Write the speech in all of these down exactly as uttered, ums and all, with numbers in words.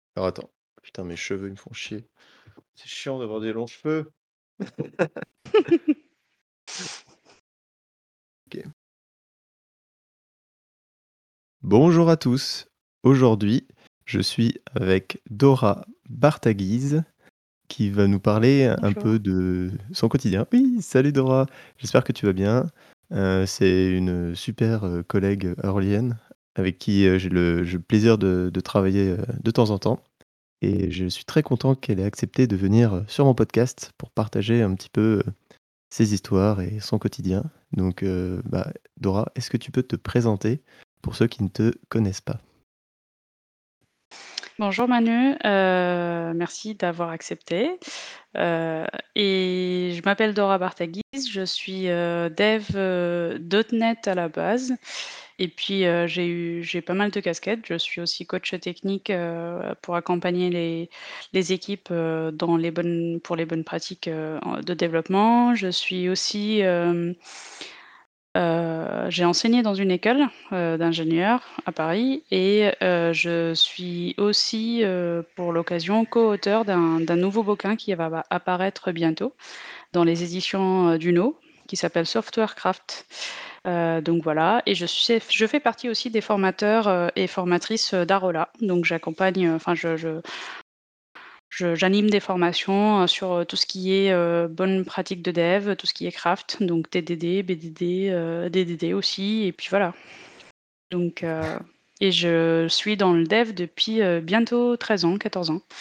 Alors attends, putain mes cheveux ils me font chier. C'est chiant d'avoir des longs cheveux. OK. Bonjour à tous. Aujourd'hui, je suis avec Dora Bartagise qui va nous parler un Bonjour. peu de son quotidien. Oui, salut Dora, j'espère que tu vas bien. Heu, c'est une super, heu, collègue orlienne avec qui, heu, j'ai le j'ai le plaisir de de travailler, heu, de temps en temps et je suis très content qu'elle ait accepté de venir, heu, sur mon podcast pour partager un petit peu, heu, ses histoires et son quotidien. Donc, heu, bah, Dora, est-ce que tu peux te présenter pour ceux qui ne te connaissent pas? Bonjour Manu, heu, merci d'avoir accepté, heu et je m'appelle Dora Bartagis, je suis, heu, dev, heu, .NET à la base et puis, heu, j'ai eu j'ai pas mal de casquettes. Je suis aussi coach technique, heu, pour accompagner les les équipes, heu, dans les bonnes pour les bonnes pratiques, heu, en de développement. Je suis aussi, hem Heu, j'ai enseigné dans une école, heu, d'ingénieurs à Paris et heu, je suis aussi, heu, pour l'occasion, co-auteure d'un d'un nouveau bouquin qui va va apparaître bientôt dans les éditions, heu, Duno, qui s'appelle Softwarecraft. Heu, donc voilà et je suis je fais partie aussi des formateurs, heu et formatrices, heu, d'Arola. Donc j'accompagne, heu, enfin je je je j'anime des formations, heu, sur, heu, tout ce qui est, heu, bonnes pratiques de dev, tout ce qui est craft, donc T D D, B D D, heu, D D D aussi et puis voilà. Donc heu et je suis dans le dev depuis, heu, bientôt treize ans, quatorze ans.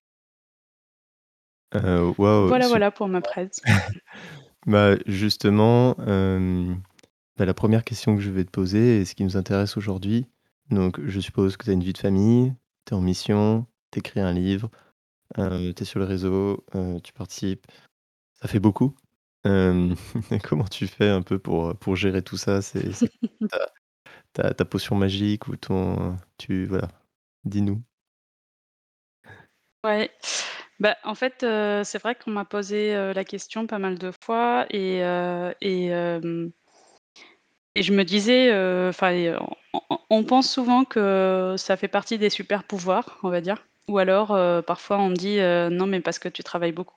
Heu, waouh, Voilà, super. voilà pour ma presse. Bah, justement, hem, bah, la première question que je vais te poser et ce qui nous intéresse aujourd'hui, donc je suppose que tu as une vie de famille, tu es en mission, tu écris un livre, heu, tu es sur les réseaux, heu, tu participes. Ça fait beaucoup. Hem, comment tu fais un peu pour, heu, pour gérer tout ça? C'est c'est ta ta ta potion magique ou ton tu voilà, dis-nous? Ouais, bah, en fait, heu, c'est vrai qu'on m'a posé, heu, la question pas mal de fois et heu et hem et je me disais, heu, enfin et on on on pense souvent que ça fait partie des super pouvoirs, on va dire. Ou alors, heu, parfois on me dit, heu: «Non, mais parce que tu travailles beaucoup».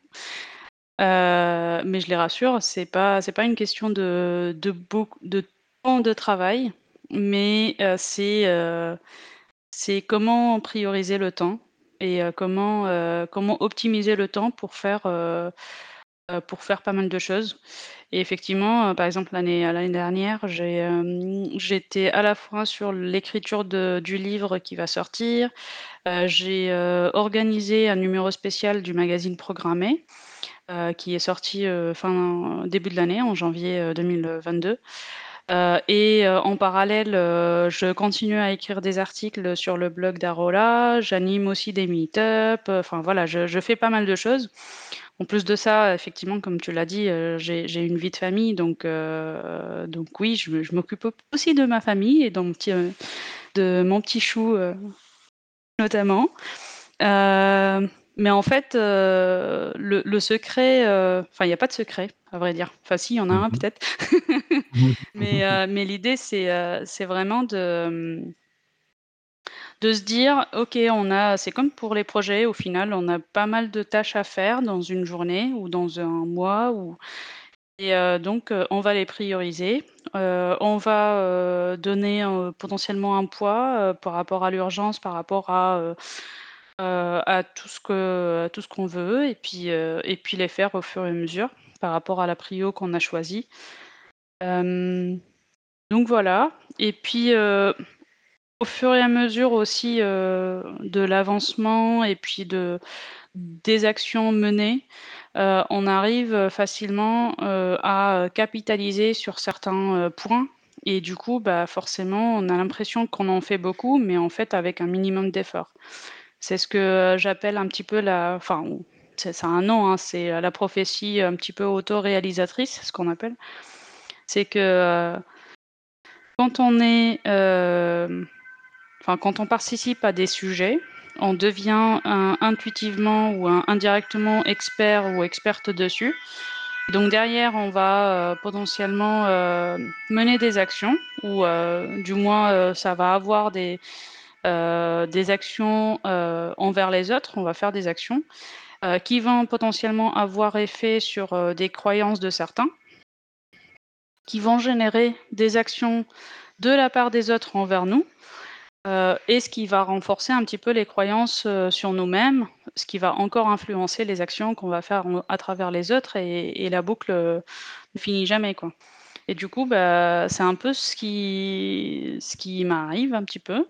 Heu, mais je les rassure, c'est pas c'est pas une question de de beaucoup de temps de travail, mais heu, c'est, heu, c'est comment prioriser le temps et heu, comment, heu, comment optimiser le temps pour faire, heu heu, pour faire pas mal de choses. Et effectivement, heu, par exemple l'année l'année dernière, j'ai, hem, j'étais à la fois sur l'écriture de du livre qui va sortir, heu, j'ai, heu, organisé un numéro spécial du magazine Programmé, heu, qui est sorti, heu, fin début de l'année, en janvier, heu, deux mille vingt-deux. Heu et heu, en parallèle, heu, je continue à écrire des articles sur le blog d'Arola, j'anime aussi des meet-up, heu, enfin voilà, je je fais pas mal de choses. En plus de ça, effectivement, comme tu l'as dit, heu, j'ai j'ai une vie de famille donc heu, donc oui, je me je m'occupe au aussi de ma famille et de mon petit, heu, de mon petit chou, heu, notamment. Hem, mais en fait, heu, le le secret, heu, enfin, il y a pas de secret, à vrai dire. Enfin si, il y en a Mmh un mh. peut-être. Mais heu, mais l'idée, c'est, heu, c'est vraiment de, mmh, de se dire: «OK, on a» c'est comme pour les projets, au final, on a pas mal de tâches à faire dans une journée ou dans un mois ou et heu, donc heu, on va les prioriser. Heu, on va, heu, donner, heu, potentiellement un poids, heu, par rapport à l'urgence, par rapport à, heu heu, à tout ce que à tout ce qu'on veut et puis, heu et puis les faire au fur et à mesure par rapport à la prio qu'on a choisie. Hem, donc voilà et puis, heu, au fur et à mesure aussi, heu, de l'avancement et puis de des actions menées, heu, on arrive, facilement, heu, à, capitaliser sur certains, heu, points et du coup, bah, forcément, on a l'impression qu'on en fait beaucoup, mais en fait avec un minimum d'effort. C'est ce que, heu, j'appelle un petit peu la enfin, ou c'est ça a un nom, hein, c'est, heu, la prophétie un petit peu auto-réalisatrice, ce qu'on appelle. C'est que, heu, quand on est, hem, enfin, quand on participe à des sujets, on devient in intuitivement ou in indirectement expert ou experte dessus. Donc derrière, on va, heu, potentiellement, heu, mener des actions ou, heu, du moins, heu, ça va avoir des heu, des actions, heu, envers les autres, on va faire des actions, heu, qui vont potentiellement avoir effet sur, heu, des croyances de certains qui vont générer des actions de la part des autres envers nous, heu et ce qui va renforcer un petit peu les croyances, heu, sur nous-mêmes, ce qui va encore influencer les actions qu'on va faire en à travers les autres et et la boucle, heu, ne finit jamais, quoi et du coup, bah, c'est un peu ce qui ce qui m'arrive un petit peu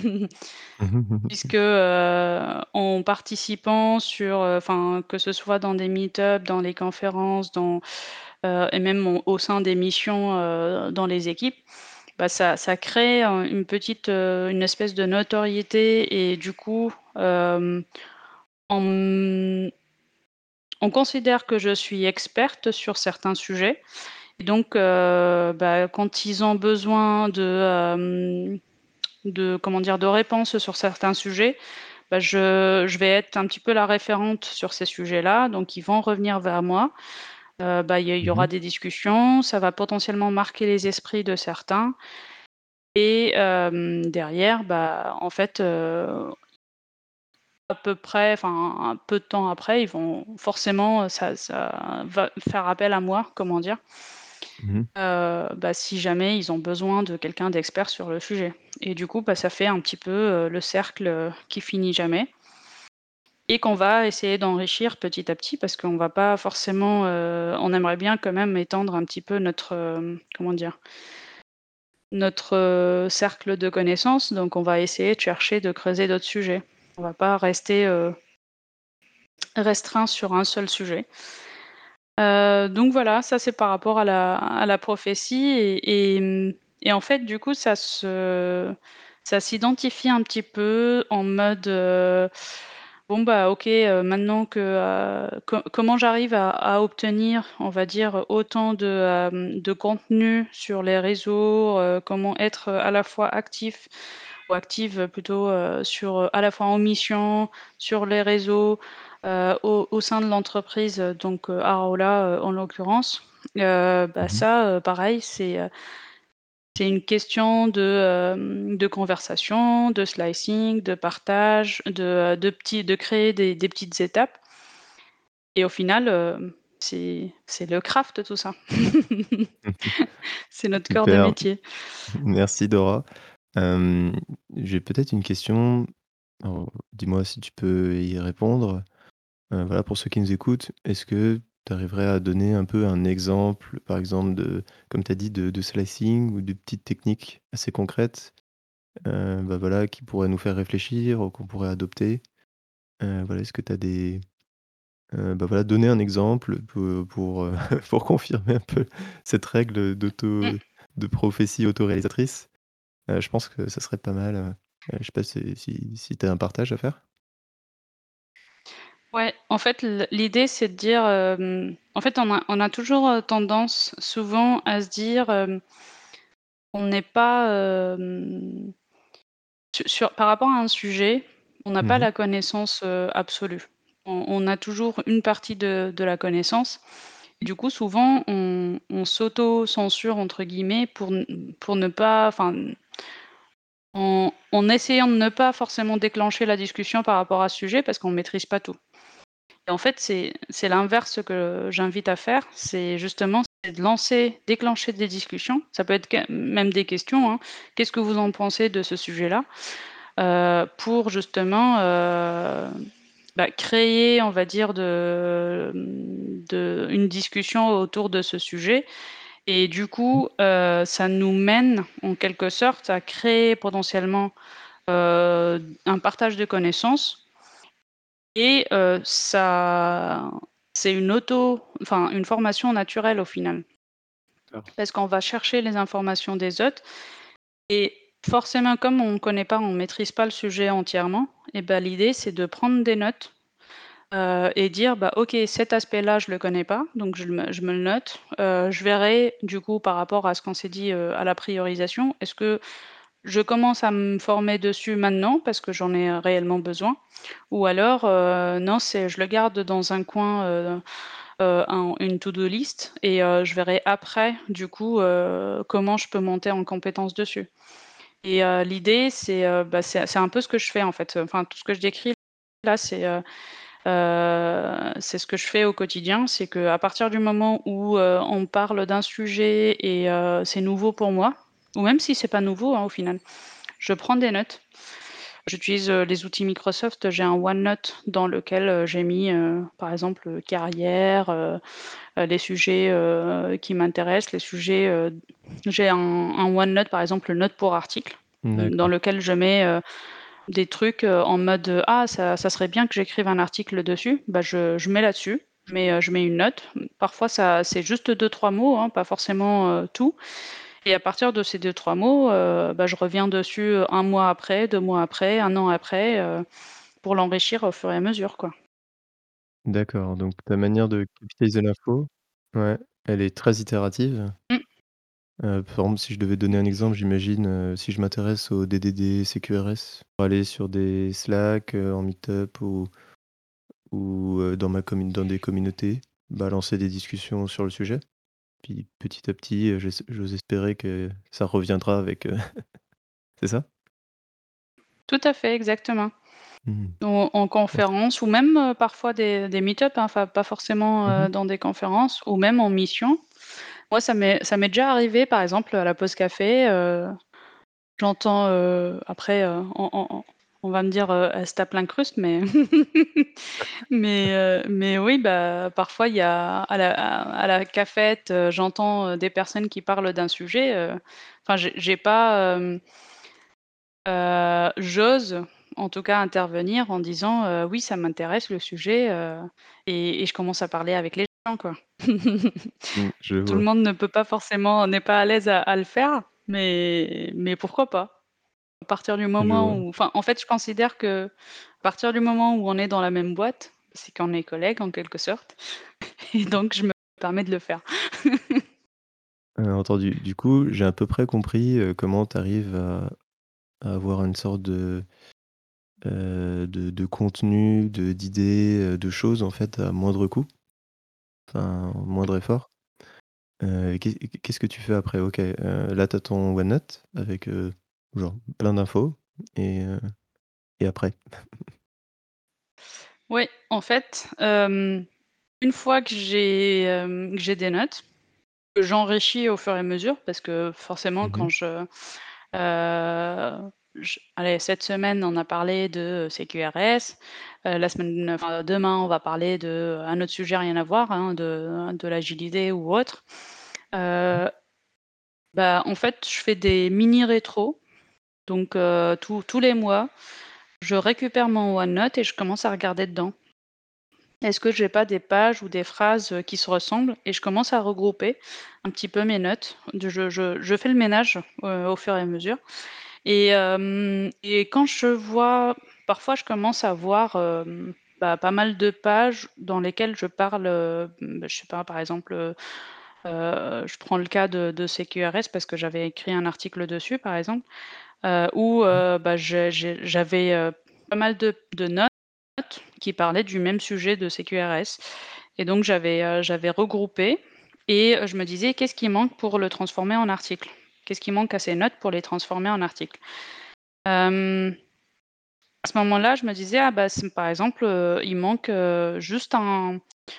puisque, heu, en participant sur, heu, enfin, que ce soit dans des meet-up, dans les conférences, dans, heu et même au au sein des missions, heu, dans les équipes, bah, ça ça crée, heu, une petite, heu, une espèce de notoriété et du coup, hem, on m on considère que je suis experte sur certains sujets et donc heu, bah, quand ils ont besoin de, hem, de comment dire? De réponses sur certains sujets, bah, je je vais être un petit peu la référente sur ces sujets-là, donc ils vont revenir vers moi. Heu, bah, il y il y Mmh aura mh. des discussions, ça va potentiellement marquer les esprits de certains et hem, derrière, bah, en fait, heu, à peu près, enfin, un peu de temps après, ils vont forcément, ça ça va faire appel à moi, comment dire? Mmh mh. Heu, bah, si jamais ils ont besoin de quelqu'un d'expert sur le sujet et du coup, bah, ça fait un petit peu, heu, le cercle, heu, qui finit jamais et qu'on va essayer d'enrichir petit à petit parce qu'on va pas forcément, heu on aimerait bien quand même étendre un petit peu notre, hem, comment dire? Notre, heu, cercle de connaissances, donc on va essayer de chercher de creuser d'autres sujets. On va pas rester, heu restreint sur un seul sujet. Heu, donc voilà, ça c'est par rapport à la à la prophétie et et mmh et en fait, du coup, ça se ça s'identifie un petit peu en mode, heu, bon, bah, OK, heu, maintenant que, heu, co comment j'arrive à à obtenir, on va dire, autant de, hem, de contenu sur les réseaux, heu, comment être, à la fois actif ou active plutôt, heu, sur, heu, à la fois en mission, sur les réseaux, heu, au au sein de l'entreprise, donc heu, Arola, heu, en l'occurrence. Heu, bah, Mmh mh. ça, heu, pareil, c'est, heu, c'est une question de, hem, de conversation, de slicing, de partage, de, heu, de petits de créer des des petites étapes et au final, hem, c'est c'est le craft tout ça. C'est notre cœur de Super, métier. merci Dora. Hem, j'ai peut-être une question, alors dis-moi si tu peux y répondre. Heu, voilà, pour ceux qui nous écoutent, est-ce que tu arriverais à donner un peu un exemple, par exemple de comme tu as dit de de slicing ou de petites techniques assez concrètes, heu, bah, voilà, qui pourraient nous faire réfléchir ou qu'on pourrait adopter? Heu, voilà, est-ce que tu as des heu, bah, voilà, donner un exemple pe pour, heu, pour confirmer un peu cette règle d'auto Mmh. de prophétie auto-réalisatrice? Heu, je pense que ça serait pas mal, heu, heu, je sais pas si si si tu as un partage à faire? Ouais, en fait, l l'idée, c'est de dire, hem, en fait, on a on a toujours, heu, tendance, souvent, à se dire, hem on n'est pas, hem su sur par rapport à un sujet, on n'a Mmh pas mh. la connaissance, heu, absolue. On on a toujours une partie de de la connaissance. Du coup, souvent, on on «s'auto-censure» entre guillemets pour n pour ne pas enfin en en essayant de ne pas forcément déclencher la discussion par rapport à ce sujet parce qu'on maîtrise pas tout. Et en fait, c'est c'est l'inverse que j'invite à faire, c'est justement, c'est de lancer, déclencher des discussions. Ça peut être que même des questions, hein: «Qu'est-ce que vous en pensez de ce sujet-là?» heu, pour justement, heu, bah, créer, on va dire, de, mmh, de une discussion autour de ce sujet et du Mmh. coup, heu, ça nous mène, en quelque sorte, à créer potentiellement, heu, un partage de connaissances et heu, ça c'est une auto enfin, une formation naturelle, au final. D'accord. Parce qu'on va chercher les informations des autres et forcément, comme on connaît pas, on maîtrise pas le sujet entièrement et bah, l'idée, c'est de prendre des notes, heu et dire: «Bah, OK, cet aspect-là, je le connais pas, donc je le me je me le note». Heu, je verrai, du coup, par rapport à ce qu'on s'est dit, heu, à la priorisation, est-ce que je commence à me former dessus maintenant parce que j'en ai, heu, réellement besoin? Ou alors, heu, non, c'est je le garde dans un coin, heu heu, un une to do list et heu, je verrai après, du coup, heu, comment je peux monter en compétence dessus. et heu, l'idée c'est, heu, bah, c'est c'est un peu ce que je fais en fait, enfin tout ce que je décris là, c'est, heu heu, c'est ce que je fais au quotidien. C'est qu'à partir du moment où, heu, on parle d'un sujet et heu, c'est nouveau pour moi, ou même si c'est pas nouveau, hein, au final, je prends des notes. J'utilise, heu, les outils Microsoft, j'ai un OneNote dans lequel, heu, j'ai mis, heu, par exemple, heu, carrière, heu heu, les sujets, heu, qui m'intéressent, les sujets, heu j'ai un un OneNote, par exemple, notes pour articles, dans D'accord. lequel je mets, heu, des trucs, heu, en mode, heu: «Ah ça ça serait bien que j'écrive un article dessus», bah, je je mets là-dessus, je mets, heu, je mets une note. Parfois ça c'est juste deux trois mots, hein, pas forcément, heu, tout, et à partir de ces deux trois mots, heu, bah, je reviens dessus, heu, un mois après, deux mois après, un an après, heu, pour l'enrichir au fur et à mesure, quoi. D'accord, donc ta manière de capitaliser l'info, ouais, elle est très itérative. Mmh. Heu, par exemple, si je devais donner un exemple, j'imagine, heu, si je m'intéresse aux D D D, C Q R S, pour aller sur des Slack, heu, en meet-up ou ou heu, dans ma commu dans des communautés, bah, lancer des discussions sur le sujet. Puis petit à petit, heu, j'ess j'ose espérer que ça reviendra avec, heu c'est ça? Tout à fait, exactement. Mmh mh. En en OK. conférence ou même, heu, parfois des des meet-up, hein, enfin pas forcément, Mmh mh. heu, dans des conférences ou même en mission. Moi, ça m'est ça m'est déjà arrivé, par exemple, à la pause café, heu, j'entends, heu, après, heu, on on on on va me dire, heu: «Elle se tape l'incruste», mais mais heu, mais oui, bah, parfois il y a à la à à la cafette, heu, j'entends, heu, des personnes qui parlent d'un sujet, heu, enfin j'ai j'ai pas, hem heu, j'ose en tout cas intervenir en disant, heu: «Oui, ça m'intéresse le sujet», heu et et je commence à parler avec les gens, quoi. Mmh, je Tout le vois. monde ne peut pas forcément n'est pas à l'aise à à le faire, mais mais pourquoi pas? À partir du Je moment vois. où enfin, en fait, je considère qu'à partir du moment où on est dans la même boîte, c'est qu'on est collègues en quelque sorte et donc je me permets de le faire. Heu, entendu. Du coup, j'ai à peu près compris, heu, comment tu arrives à à avoir une sorte de, heu, de de contenu, de d'idées, heu, de choses, en fait, à moindre coût. Enfin, moindre effort. Heu, qu'est qu'est-ce que tu fais après? OK, heu, là, tu as ton OneNote avec, heu, genre plein d'infos et heu et après? Oui, en fait, hem, une fois que j'ai, hem, que j'ai des notes, que j'enrichis au fur et à mesure parce que forcément Mmh mh. quand je, heu, j allez, cette semaine, on a parlé de C Q R S, heu, la semaine enfin, demain, on va parler d'un autre sujet rien à voir, hein, de de l'agilité ou autre. Mmh. Heu, bah, en fait, je fais des mini rétros, donc heu, tous tous les mois, je récupère mon OneNote et je commence à regarder dedans. Est-ce que j'ai pas des pages ou des phrases, heu, qui se ressemblent? Et je commence à regrouper un petit peu mes notes. De je je je fais le ménage, heu, au fur et à mesure et hem et quand je vois parfois je commence à voir, hem, bah, pas mal de pages dans lesquelles je parle, heu, mmh, bah, je sais pas, par exemple, heu heu, je prends le cas de de C Q R S parce que j'avais écrit un article dessus, par exemple, heu, où, Mmh. heu, bah, j'ai j'ai j'avais, heu, pas mal de de notes qui parlaient du même sujet de C Q R S et donc j'avais, heu, j'avais regroupé et heu, je me disais: «Qu'est-ce qui manque pour le transformer en article? Qu'est-ce qui manque à ces notes pour les transformer en article?» Hem, à ce moment-là, je me disais: «Ah bah, c'est par exemple, heu, il manque, heu, juste un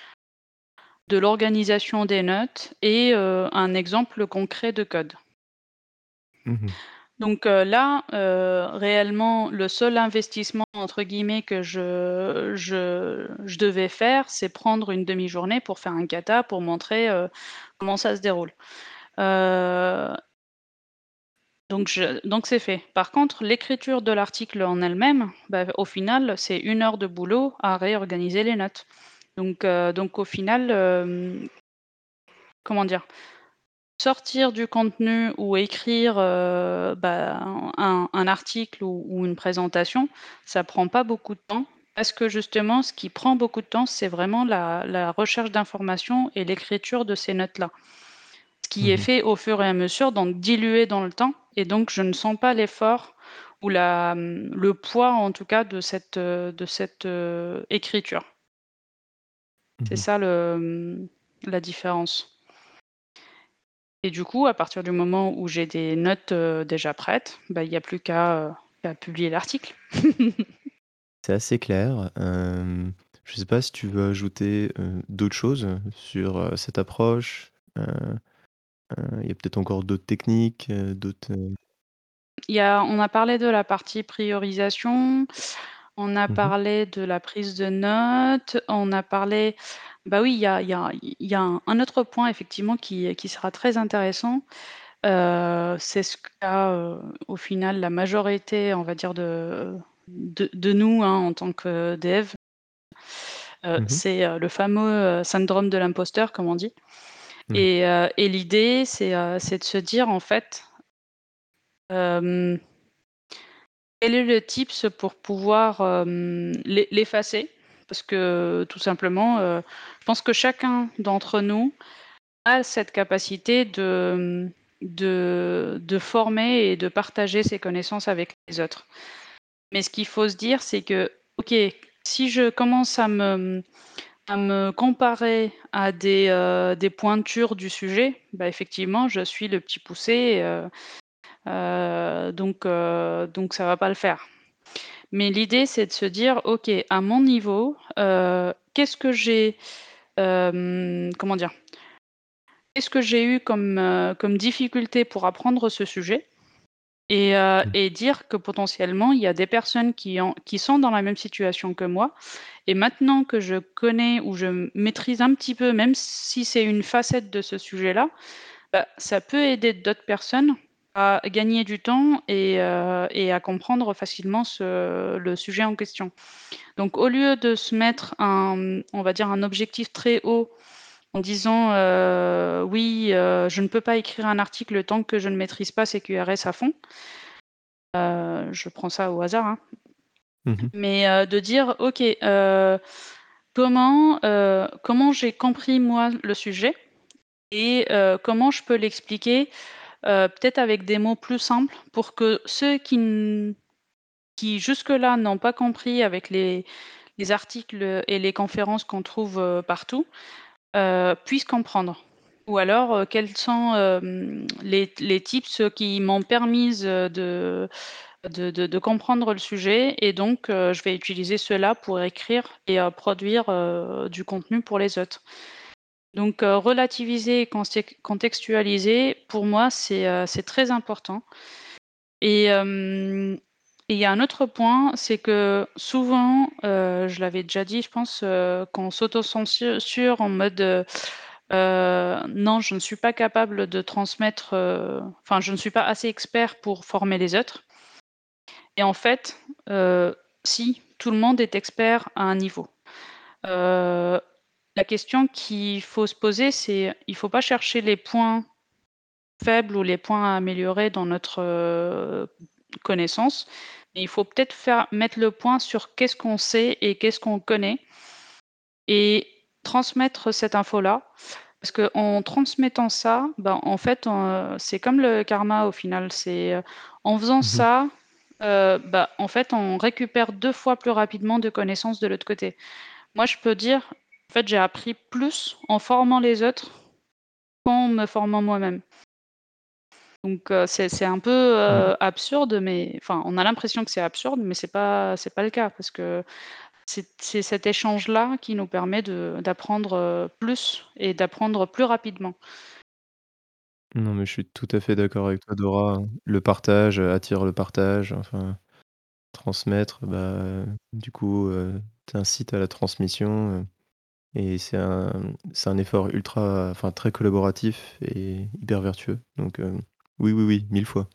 de l'organisation des notes et heu, un exemple concret de code». Mmh mh. Donc heu, là, heu, réellement, le seul «investissement» entre guillemets que je je je devais faire, c'est prendre une demi-journée pour faire un kata, pour montrer, heu, comment ça se déroule. Heu, donc je donc c'est fait. Par contre, l'écriture de l'article en elle-même, bah, au final, c'est une heure de boulot à réorganiser les notes. Donc heu, donc au final, hem, comment dire? Sortir du contenu ou écrire, heu, bah, un un article ou ou une présentation, ça prend pas beaucoup de temps parce que justement, ce qui prend beaucoup de temps, c'est vraiment la la recherche d'informations et l'écriture de ces notes-là. Ce qui est Mmh. fait au fur et à mesure, donc dilué dans le temps et donc je ne sens pas l'effort ou la, mmh, le poids en tout cas de cette, heu, de cette, heu, écriture. C'est Mmh. ça le, mmh, la différence. Et du coup, à partir du moment où j'ai des notes, heu, déjà prêtes, bah, il y a plus qu'à, heu, qu'à publier l'article. C'est assez clair. Hem, je sais pas si tu veux ajouter, heu, d'autres choses sur, heu, cette approche? Heu heu, il y a peut-être encore d'autres techniques, heu, d'autres, heu Il y a on a parlé de la partie priorisation, on a mmh mh. parlé de la prise de notes, on a parlé bah, oui, il y a il y a il y a un un autre point effectivement qui qui sera très intéressant, heu, c'est ce qu'a, heu, au final la majorité, on va dire de de de nous, hein, en tant que dev. Heu, Mmh mh. c'est, heu, le fameux, heu, syndrome de l'imposteur comme on dit Oui. et heu et l'idée c'est, heu, c'est de se dire en fait hem quel est le tips pour pouvoir, hem, l'e l'effacer? Parce que tout simplement, heu, je pense que chacun d'entre nous a cette capacité de, mmh, de de former et de partager ses connaissances avec les autres. Mais ce qu'il faut se dire, c'est que, OK, si je commence à me, mmh, à me comparer à des, heu, des pointures du sujet, bah, effectivement, je suis le petit poussé, heu heu, donc heu, donc ça va pas le faire. Mais l'idée, c'est de se dire: «OK, à mon niveau, heu, qu'est-ce que j'ai, hem, comment dire? Qu'est-ce que j'ai eu comme, heu, comme difficulté pour apprendre ce sujet?» et heu Mmh. et dire que potentiellement, il y a des personnes qui en qui sont dans la même situation que moi et maintenant que je connais ou je m maîtrise un petit peu, même si c'est une facette de ce sujet-là, bah, ça peut aider d'autres personnes à gagner du temps et heu et à comprendre facilement ce le sujet en question. Donc au lieu de se mettre un, mmh, on va dire un objectif très haut en disant, heu: «Oui, heu, je ne peux pas écrire un article tant que je ne maîtrise pas C Q R S à fond». Heu, je prends ça au hasard, hein. Mmh mh. Mais heu, de dire: «OK, heu, comment, heu, comment j'ai compris moi le sujet et heu, comment je peux l'expliquer, heu, peut-être avec des mots plus simples pour que ceux qui n qui jusque-là n'ont pas compris avec les les articles et les conférences qu'on trouve, heu, partout, heu, puissent comprendre?» ou alors, heu, quels sont, hem, les les tips qui m'ont permise, heu, de de de de comprendre le sujet et donc heu, je vais utiliser ceux-là pour écrire et heu, produire, heu, du contenu pour les autres. Donc heu, relativiser et constec contextualiser, pour moi, c'est, heu, c'est très important et hem et il y a un autre point, c'est que souvent, heu, je l'avais déjà dit, je pense, heu, qu'on s'autocensu sure en mode, heu heu: «Non, je ne suis pas capable de transmettre, heu, enfin, je ne suis pas assez expert pour former les autres» et en fait, heu, si, tout le monde est expert à un niveau. Heu, la question qu'il faut se poser, c'est il faut pas chercher les points faibles ou les points à améliorer dans notre, heu, connaissance, mais il faut peut-être faire mettre le point sur qu'est-ce qu'on sait et qu'est-ce qu'on connaît et transmettre cette info-là. Parce qu'en transmettant ça, ben, en fait, heu, c'est comme le karma au final. C'est, heu, en faisant Mmh mh. ça, heu, bah, en fait, on récupère deux fois plus rapidement de connaissances de l'autre côté. Moi, je peux dire, en fait, j'ai appris plus en formant les autres qu'en me formant moi-même. Donc heu, c'est c'est un peu, Mmh. heu, absurde, mais enfin, on a l'impression que c'est absurde, mais c'est pas c'est pas le cas parce que c'est c'est cet échange-là qui nous permet de d'apprendre, heu, plus et d'apprendre plus rapidement. Non, mais je suis tout à fait d'accord avec toi, Dora, hein. Le partage, heu, attire le partage, enfin, transmettre, bah, du coup, heu, tu incites à la transmission, heu et c'est un, mmh, c'est un effort ultra enfin, très collaboratif et hyper vertueux. Donc heu, oui, oui, oui, mille fois.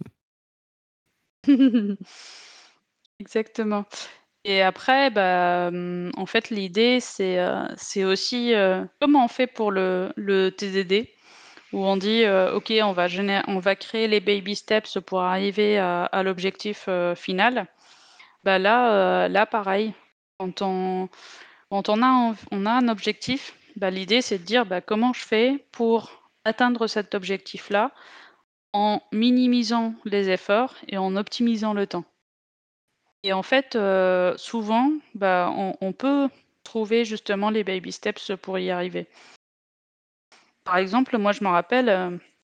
Exactement et après, bah, mmh, en fait, l'idée, c'est, heu, c'est aussi, heu, comme on fait pour le le T D D où on dit, heu: «OK, on va géné on va créer les baby steps pour arriver à à l'objectif, heu, final». Bah, là, heu, là pareil, quand on quand on a env on a un objectif, bah, l'idée c'est de dire: «Bah, comment je fais pour atteindre cet objectif-là en minimisant les efforts et en optimisant le temps?» et en fait, heu, souvent, bah, on on peut trouver justement les baby steps pour y arriver. Par exemple, moi je me rappelle, hem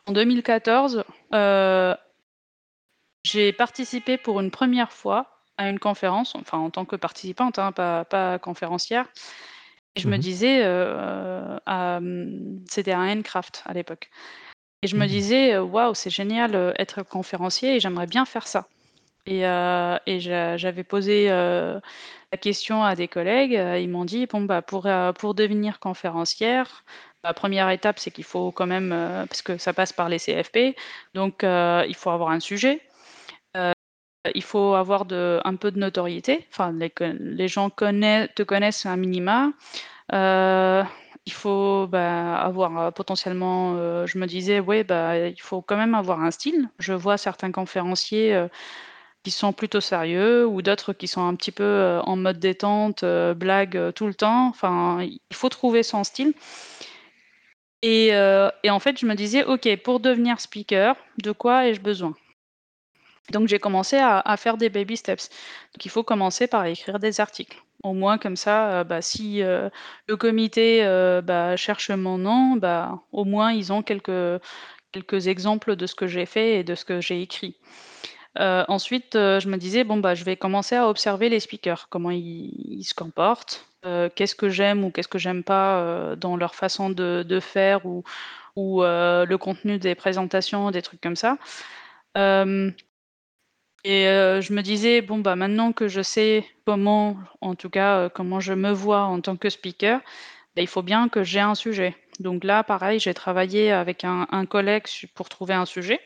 En deux mille quatorze, heu j'ai participé pour une première fois à une conférence, enfin en tant que participante, hein, pas pas conférencière et je Mmh me mh. disais, heu, à mmh, c'était à Aincraft à l'époque et je me Mmh. disais: «Heu, waouh, c'est génial, heu, être conférencier et j'aimerais bien faire ça» et heu et j'a j'avais posé, heu, la question à des collègues, heu, ils m'ont dit: «Bon, bah, pour, heu, pour devenir conférencière, la première étape, c'est qu'il faut quand même, heu, parce que ça passe par les C F P, donc heu, il faut avoir un sujet, il faut avoir de un peu de notoriété, enfin les con les gens connaissent te connaissent à minima, heu, il faut, bah, avoir, heu, potentiellement, heu, je me disais: «Ouais, bah, il faut quand même avoir un style». Je vois certains conférenciers, heu, qui sont plutôt sérieux ou d'autres qui sont un petit peu, heu, en mode détente, heu, blague, heu, tout le temps. Enfin, il faut trouver son style et heu et en fait, je me disais: «OK, pour devenir speaker, de quoi ai-je besoin?» Donc j'ai commencé à à faire des baby steps. Donc il faut commencer par écrire des articles. Au moins comme ça, heu, bah, si, heu, le comité, heu, bah, cherche mon nom, bah, au moins ils ont quelques quelques exemples de ce que j'ai fait et de ce que j'ai écrit. Heu, ensuite, heu, je me disais: «Bon, bah, je vais commencer à observer les speakers, comment ils ils se comportent, heu, qu'est-ce que j'aime ou qu'est-ce que j'aime pas, heu, dans leur façon de de faire ou ou, heu, le contenu des présentations», des trucs comme ça. Hem et heu, je me disais: «Bon, bah, maintenant que je sais comment, en tout cas, heu, comment je me vois en tant que speaker, bah, il faut bien que j'ai un sujet». Donc là, pareil, j'ai travaillé avec un un collègue su pour trouver un sujet.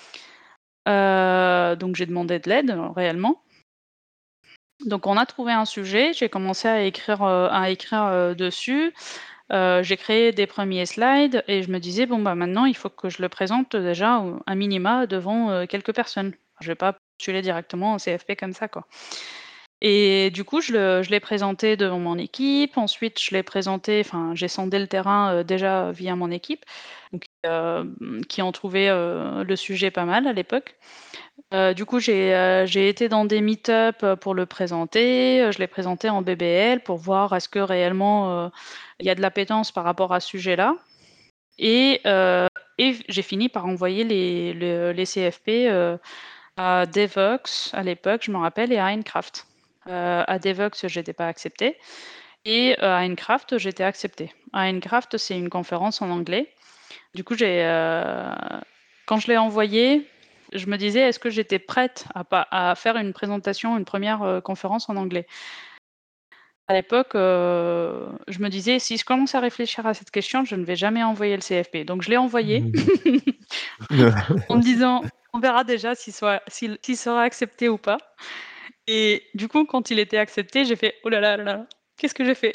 Heu, donc j'ai demandé de l'aide, heu, réellement. Donc on a trouvé un sujet, j'ai commencé à écrire, heu, à écrire, heu, dessus. Heu, j'ai créé des premiers slides et je me disais: «Bon, bah, maintenant, il faut que je le présente déjà, heu, à minima devant, heu, quelques personnes». Je vais pas postuler directement au C F P comme ça, quoi. Et du coup, je le je l'ai présenté devant mon équipe. Ensuite, je l'ai présenté enfin, j'ai sondé le terrain, heu, déjà via mon équipe, donc hem, qui ont trouvé, heu, le sujet pas mal à l'époque. Heu, du coup, j'ai, heu, j'ai été dans des meet-up, heu, pour le présenter, heu, je l'ai présenté en B B L pour voir est-ce que réellement, heu, il y a de l'appétence par rapport à ce sujet-là et heu et j'ai fini par envoyer les le les C F P, heu, à Devox à l'époque, je m'en rappelle et à Aincraft. Heu, à Devox, j'étais pas acceptée et heu, à Aincraft, j'étais acceptée. À Aincraft, c'est une conférence en anglais. Du coup, j'ai, heu, quand je l'ai envoyé, je me disais: «Est-ce que j'étais prête à pas à faire une présentation, une première re conférence en anglais?» À l'époque, heu, je me disais: «Si je commence à réfléchir à cette question, je ne vais jamais envoyer le C F P». Donc je l'ai envoyé Mmh. en me disant: «On verra déjà s'il soit s'il s'il sera accepté ou pas» et du coup, quand il était accepté, j'ai fait: «Oh là là là là, qu'est-ce que j'ai fait?»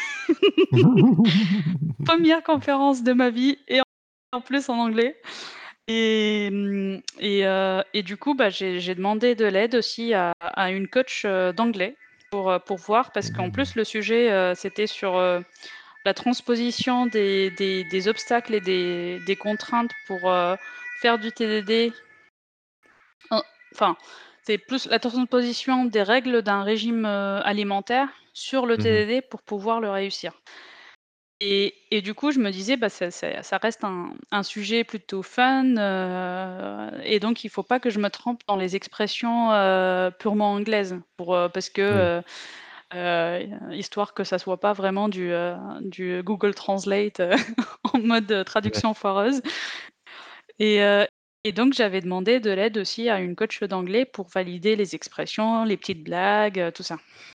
première conférence de ma vie et en plus en anglais. Et mmh et heu et du coup, bah, j'ai j'ai demandé de l'aide aussi à à une coach, heu, d'anglais pour, heu, pour voir parce qu'en Mmh. plus le sujet, heu, c'était sur, heu, la transposition des des des obstacles et des des contraintes pour, heu, faire du T D D. En enfin, c'est plus la transposition des règles d'un régime, heu, alimentaire sur le Mmh mh. T D D pour pouvoir le réussir. Et et du coup, je me disais, bah, ça ça ça reste un un sujet plutôt fun, heu et donc il faut pas que je me trempe dans les expressions, heu, purement anglaises pour, heu, parce Oui. que, heu heu, histoire que ça soit pas vraiment du, heu, du Google Translate, heu, en mode, heu, Ouais. traduction foireuse et heu et donc j'avais demandé de l'aide aussi à une coach d'anglais pour valider les expressions, les petites blagues, heu, tout ça.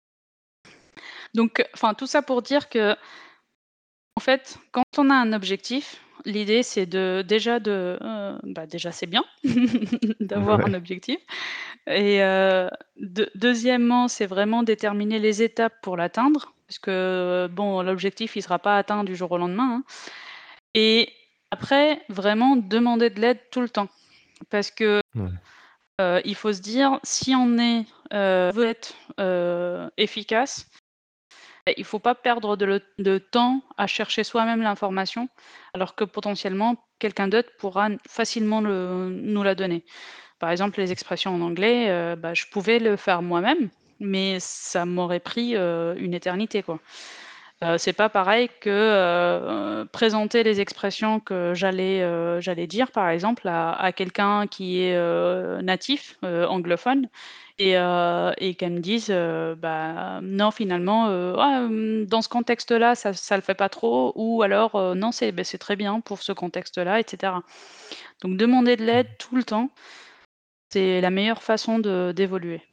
Donc, enfin, tout ça pour dire que en fait, quand on a un objectif, l'idée c'est de déjà de, heu, bah, déjà c'est bien d'avoir un Ouais. objectif et heu, deux deuxièmement, c'est vraiment déterminer les étapes pour l'atteindre parce que bon, l'objectif il sera pas atteint du jour au lendemain, hein et après vraiment demander de l'aide tout le temps parce que, Ouais. heu, il faut se dire si on est, heu, veut être, heu, efficace. Et il faut pas perdre de le de temps à chercher soi-même l'information, alors que potentiellement quelqu'un d'autre pourra n facilement le nous la donner. Par exemple, les expressions en anglais, heu, bah, je pouvais le faire moi-même, mais ça m'aurait pris, heu, une éternité, quoi. Heu, c'est pas pareil que, heu, présenter les expressions que j'allais, heu, j'allais dire par exemple à à quelqu'un qui est, heu, natif, heu, anglophone et heu et qu'elle me dise, heu: «Bah, non finalement, heu, ah, hem, dans ce contexte-là, ça ça le fait pas trop» ou alors, heu: «Non, c'est beh, c'est très bien pour ce contexte-là» et cetera. Donc demander de l'aide Mmh. tout le temps, c'est la meilleure façon de d'évoluer.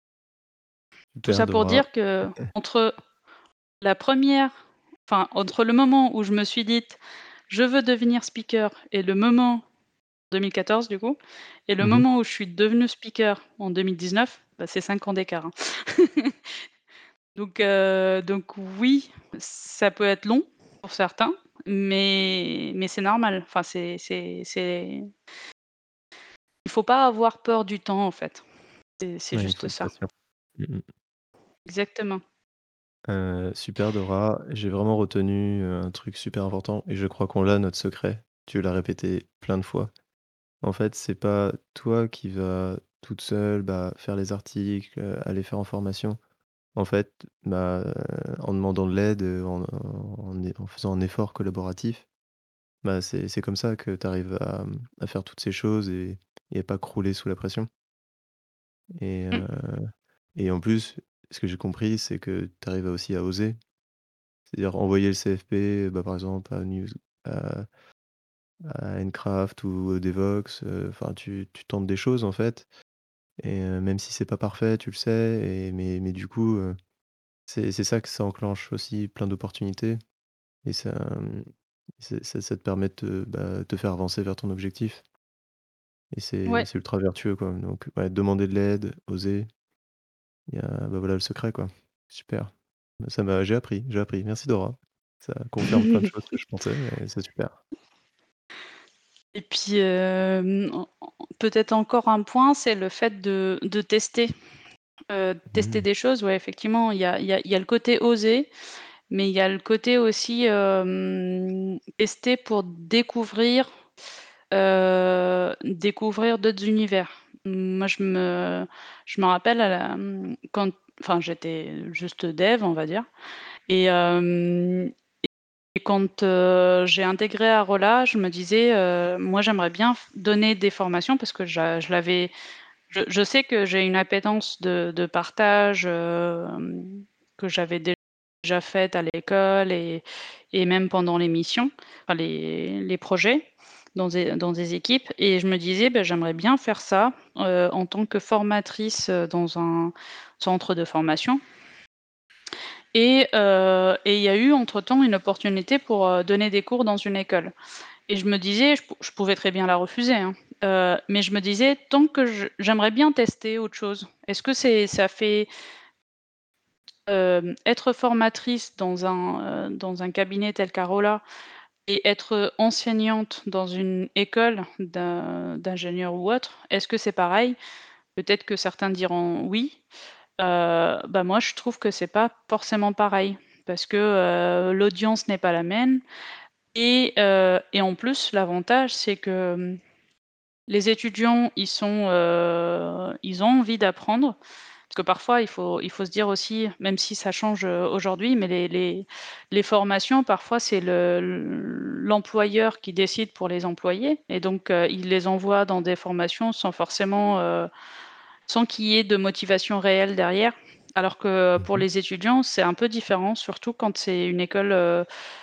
Tout Super ça pour Dora. dire qu'entre la première enfin, entre le moment où je me suis dite: «Je veux devenir speaker» et le moment deux mille quatorze du coup et le Mmh mh. moment où je suis devenue speaker en deux mille dix-neuf, bah, c'est cinq ans d'écart, hein. Donc heu, donc oui, ça peut être long pour certains, mais mais c'est normal. Enfin, c'est c'est c'est il faut pas avoir peur du temps, en fait. C'est c'est Ouais, il faut juste être ça. patient. Mmh mh. Exactement. Heu, super Dora, j'ai vraiment retenu, heu, un truc super important et je crois qu'on l'a notre secret. Tu l'as répété plein de fois. En fait, c'est pas toi qui vas toute seule, bah, faire les articles, heu, aller faire en formation. En fait, bah, heu, en demandant de l'aide, heu, en en en en faisant un effort collaboratif, bah, c'est c'est comme ça que tu arrives à, mmh, à faire toutes ces choses et et à pas crouler sous la pression et Mmh. heu et en plus, ce que j'ai compris, c'est que tu arrives aussi à oser. C'est-à-dire envoyer le C F P, bah, par exemple à News à à Ncraft ou au Devox, heu, enfin tu tu tentes des choses en fait et heu, même si c'est pas parfait, tu le sais et mais mais du coup, heu, c'est c'est ça que ça enclenche aussi plein d'opportunités et ça, mmh, c'est ça ça te permet de te, bah, te faire avancer vers ton objectif et c'est Ouais. c'est ultra vertueux quoi, donc ouais, demander de l'aide, oser, il y a bah, voilà le secret quoi. Super. Bah, ça m'a j'ai appris, j'ai appris. Merci Dora. Ça confirme plein de choses que je pensais et c'est super. Et puis, hem, en en peut-être encore un point, c'est le fait de de tester, heu, tester Mmh. des choses. Ouais, effectivement, il y a il y a il y a le côté oser, mais il y a le côté aussi, hem, tester pour découvrir, heu, découvrir d'autres univers. Moi, je me je me rappelle à la, mmh, quand enfin, j'étais juste dev, on va dire et hem et quand, heu, j'ai intégré Arola, je me disais, heu: «Moi, j'aimerais bien f donner des formations» parce que j'a je l'avais je je sais que j'ai une appétence de de partage, hem, que j'avais déjà faite à l'école et et même pendant les missions, enfin les les projets dans des dans des équipes et je me disais: «Beh, j'aimerais bien faire ça, heu, en tant que formatrice, heu, dans un centre de formation». Et heu et il y a eu entre-temps une opportunité pour, heu, donner des cours dans une école et je me disais je pou je pouvais très bien la refuser, hein, heu, mais je me disais: «Tant que je j'aimerais bien tester autre chose». Est-ce que c'est ça fait hem, être formatrice dans un, heu, dans un cabinet tel qu'Arola et être enseignante dans une école d'in d'ingénieurs ou autre, est-ce que c'est pareil? Peut-être que certains diront oui. Heu, bah, moi, je trouve que c'est pas forcément pareil parce que, heu, l'audience n'est pas la même et heu et en plus, l'avantage, c'est que, mmh, les étudiants, ils sont, heu, ils ont envie d'apprendre. Parce que parfois, il faut il faut se dire aussi, même si ça change, heu, aujourd'hui, mais les les les formations, parfois, c'est le l'employeur qui décide pour les employés et donc heu, il les envoie dans des formations sans forcément, heu sans qu'il y ait de motivation réelle derrière. Alors que Mmh pour mh. les étudiants, c'est un peu différent, surtout quand c'est une école, heu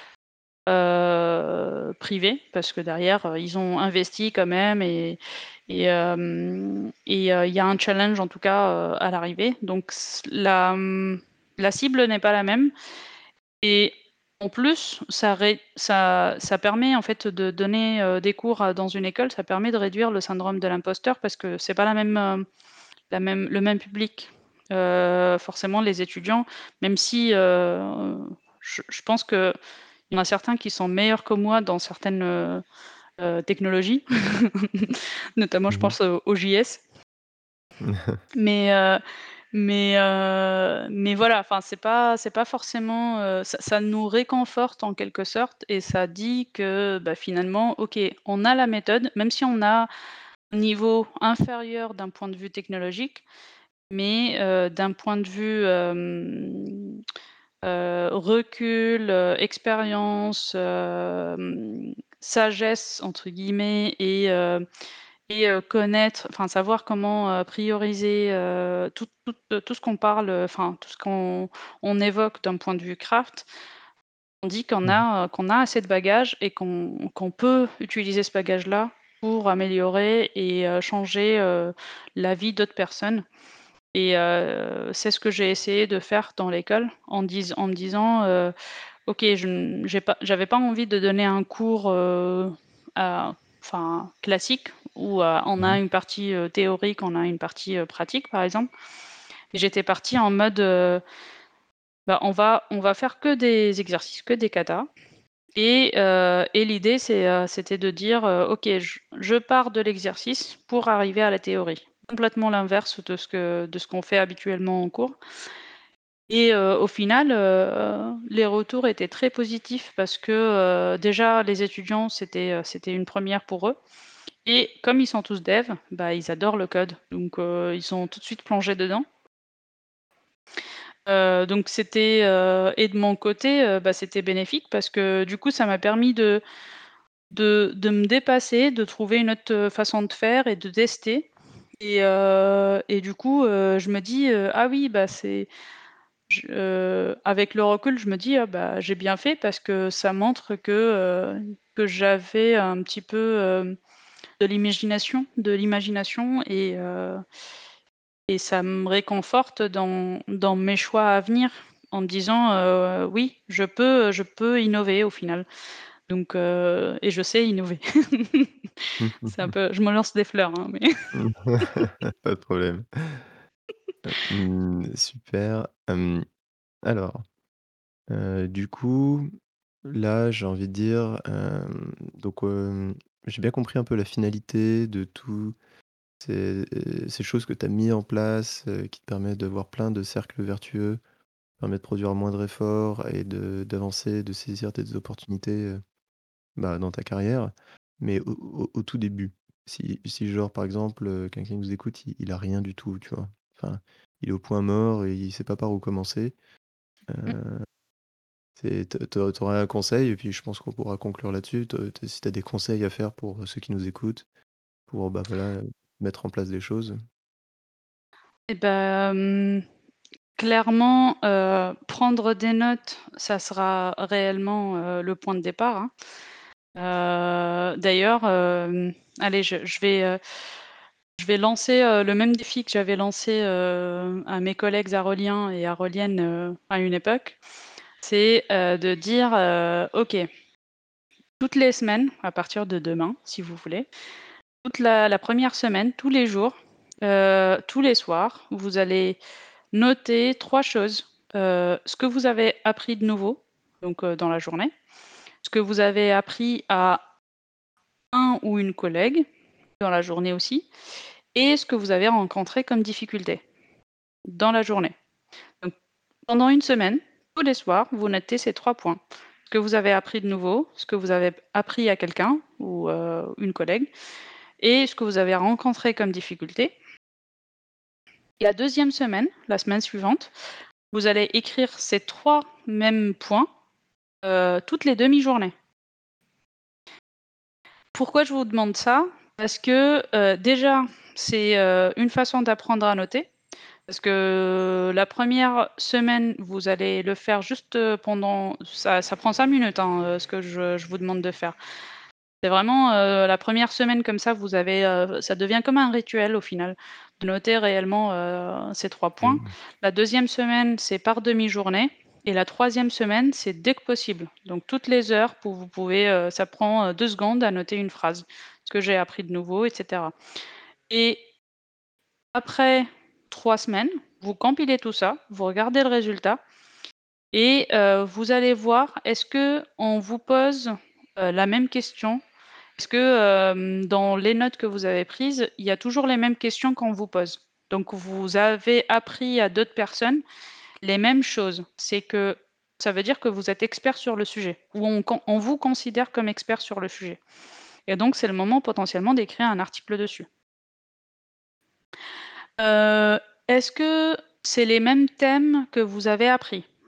heu, privée, parce que derrière, heu, ils ont investi quand même et et hem et heu, il y a un challenge en tout cas, heu, à l'arrivée. Donc s la, mmh, la cible n'est pas la même et en plus, ça ré ça ça permet en fait de donner, heu, des cours, heu, dans une école, ça permet de réduire le syndrome de l'imposteur parce que c'est pas la même, heu la même le même public. Heu, forcément les étudiants, même si, heu, je je pense qu'il y en a certains qui sont meilleurs que moi dans certaines, heu heu, technologies, notamment je Mmh mh. pense au au J S. Mais heu mais heu mais voilà, enfin c'est pas c'est pas forcément, heu, ça ça nous réconforte en quelque sorte et ça dit que, bah, finalement, OK, on a la méthode, même si on a un niveau inférieur d'un point de vue technologique, mais heu, d'un point de vue, hem, heu, recul, heu, expérience, hem, «sagesse» entre guillemets et heu et heu, connaître, enfin savoir comment, heu, prioriser, heu, tout tout, heu, tout ce qu'on parle, heu, enfin tout ce qu'on on évoque d'un point de vue craft. On dit qu'on Mmh. a, heu, qu'on a assez de bagages et qu'on qu'on peut utiliser ce bagage-là pour améliorer et heu, changer, heu, la vie d'autres personnes et heu, c'est ce que j'ai essayé de faire dans l'école en dis en me disant, heu: «OK, je n j'ai pas j'avais pas envie de donner un cours, heu, à enfin classique où, heu, on Mmh a mh. une partie, heu, théorique, on a une partie, heu, pratique», par exemple. Et j'étais partie en mode, heu, bah, on va on va faire que des exercices, que des katas et heu et l'idée c'est, heu, c'était de dire, heu: «OK, je je pars de l'exercice pour arriver à la théorie». Complètement l'inverse de ce que de ce qu'on fait habituellement en cours et heu, au final, heu, les retours étaient très positifs parce que, heu, déjà les étudiants c'était, heu, c'était une première pour eux et comme ils sont tous devs, bah, ils adorent le code donc heu, ils sont tout de suite plongés dedans. Heu, donc c'était, heu et de mon côté, heu, bah, c'était bénéfique parce que du coup ça m'a permis de de de me dépasser, de trouver une autre, heu, façon de faire et de tester et heu et du coup, heu, je me dis, heu: «Ah oui, bah, c'est» je heu, avec le recul, je me dis: «Ah bah, j'ai bien fait» parce que ça montre que, heu, que j'avais un petit peu, hem, de l'imagination de l'imagination et heu et ça me réconforte dans dans mes choix à venir en me disant, heu: «Oui, je peux, je peux innover au final». Donc heu et je sais innover. C'est un peu je me lance des fleurs, hein, mais Mmh. Pas de problème. Heu, mmh, super. Hem, alors, heu, du coup, là, j'ai envie de dire, hem, donc, hem, j'ai bien compris un peu la finalité de tous ces ces choses que tu as mis en place, heu, qui te permettent de voir plein de cercles vertueux, permet de produire moindre effort et de d'avancer, de saisir des opportunités, heu, bah, dans ta carrière. Mais au au au tout début, si si genre, par exemple, heu, quelqu'un qui nous écoute, il il a rien du tout, tu vois? Enfin, il est au point mort et il sait pas par où commencer. Mmh. Heu, c'est tu tu tu aurais un conseil et puis je pense qu'on pourra conclure là-dessus. Te te si tu as des conseils à faire pour ceux qui nous écoutent, pour, bah, voilà, heu, mettre en place des choses? Et bah, mmh, clairement, heu, prendre des notes, ça sera réellement, heu, le point de départ, hein. Heu, d'ailleurs, hem, allez, je je vais, heu, je vais lancer, heu, le même défi que j'avais lancé, heu, à mes collègues aroliens et aroliennes, heu, à une époque. C'est, heu, de dire, heu: «OK, toutes les semaines, à partir de demain, si vous voulez, toute la la première semaine, tous les jours, heu, tous les soirs, vous allez noter trois choses, heu, ce que vous avez appris de nouveau, donc heu, dans la journée, ce que vous avez appris à un ou une collègue, dans la journée aussi et ce que vous avez rencontré comme difficulté, dans la journée». Donc pendant une semaine, tous les soirs, vous notez ces trois points. Ce que vous avez appris de nouveau, ce que vous avez appris à quelqu'un ou heu, une collègue et ce que vous avez rencontré comme difficulté. La deuxième semaine, la semaine suivante, vous allez écrire ces trois mêmes points, heu, toutes les demi-journées. Pourquoi je vous demande ça? Parce que, heu, déjà, c'est, heu, une façon d'apprendre à noter. Parce que la première semaine, vous allez le faire juste, heu, pendant ça ça prend cinq minutes, hein, heu, ce que je je vous demande de faire. C'est vraiment, heu, la première semaine comme ça, vous avez, heu, ça devient comme un rituel au final, de noter réellement, heu, ces trois points. Mmh. La deuxième semaine, c'est par demi-journée et la troisième semaine, c'est dès que possible. Donc toutes les heures pour vous pouvez, heu, ça prend, heu, deux secondes à noter une phrase. Ce que j'ai appris de nouveau et cetera et après trois semaines, vous compilez tout ça, vous regardez le résultat et heu, vous allez voir, est-ce qu'on vous pose, heu, la même question? Est-ce que, hem, dans les notes que vous avez prises, il y a toujours les mêmes questions qu'on vous pose? Donc vous avez appris à d'autres personnes les mêmes choses. C'est que ça veut dire que vous êtes expert sur le sujet ou on con on vous considère comme expert sur le sujet et donc c'est le moment potentiellement d'écrire un article dessus. Heu, est-ce que c'est les mêmes thèmes que vous avez appris? Donc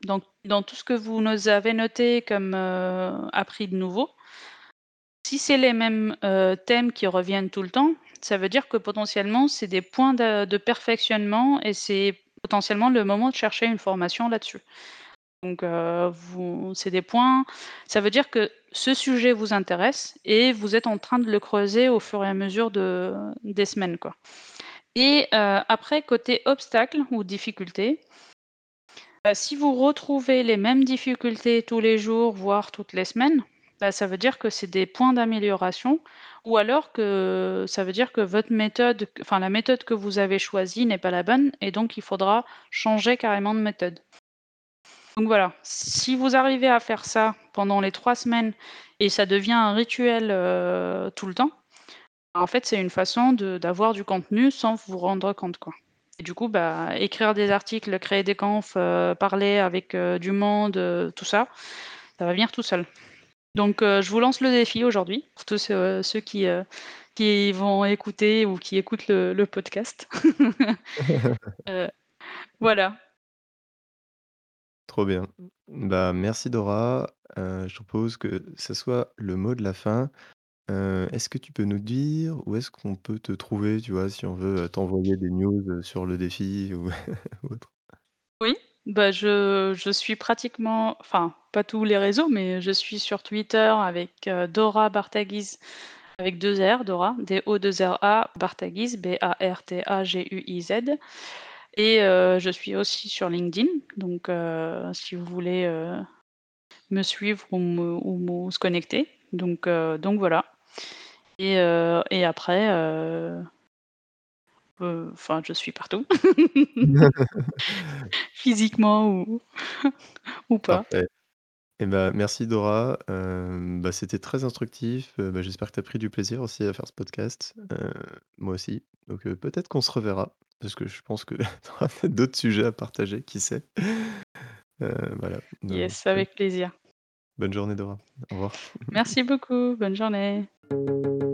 Dans tout ce que vous nous avez noté comme, heu, appris de nouveau si c'est les mêmes, heu, thèmes qui reviennent tout le temps, ça veut dire que potentiellement c'est des points de de perfectionnement et c'est potentiellement le moment de chercher une formation là-dessus. Donc heu, vous c'est des points ça veut dire que ce sujet vous intéresse et vous êtes en train de le creuser au fur et à mesure de des semaines, quoi. Et heu, après côté obstacles ou difficultés bah, si vous retrouvez les mêmes difficultés tous les jours, voire toutes les semaines, bah, ça veut dire que c'est des points d'amélioration ou alors que ça veut dire que votre méthode, q enfin la méthode que vous avez choisie n'est pas la bonne et donc il faudra changer carrément de méthode. Donc voilà, si vous arrivez à faire ça pendant les trois semaines et ça devient un rituel, heu, tout le temps, en fait, c'est une façon de d'avoir du contenu sans vous rendre compte, quoi. Et du coup, bah, écrire des articles, créer des conf, heu, parler avec, heu, du monde, heu, tout ça, ça va venir tout seul. Donc heu, je vous lance le défi aujourd'hui pour tous ceux ceux qui, heu, qui vont écouter ou qui écoutent le le podcast. Heu, voilà. Trop bien. Bah, merci Dora, heu, je propose que ce soit le mot de la fin. Heu, est-ce que tu peux nous dire où est-ce qu'on peut te trouver, tu vois, si on veut, heu, t'envoyer des news, heu, sur le défi ou ou autre? Oui, bah, je je suis pratiquement enfin, pas tous les réseaux, mais je suis sur Twitter avec, heu, Dora Bartaguiz avec deux R, Dora, D O deux R A, Bartaguiz, B A R T A G U I Z et heu, je suis aussi sur LinkedIn, donc heu, si vous voulez, heu, me suivre ou me ou me se connecter, donc heu, donc voilà et heu et après, heu heu, enfin, je suis partout. Physiquement ou ou pas. Parfait. Et bah, merci Dora, hem, bah, c'était très instructif, heu, bah, j'espère que tu as pris du plaisir aussi à faire ce podcast, heu, moi aussi, donc heu, peut-être qu'on se reverra parce que je pense que tu auras peut-être d'autres sujets à partager, qui sait? Heu, voilà, donc Yes, heu, avec plaisir. bonne journée Dora. Au revoir. Merci beaucoup, bonne journée.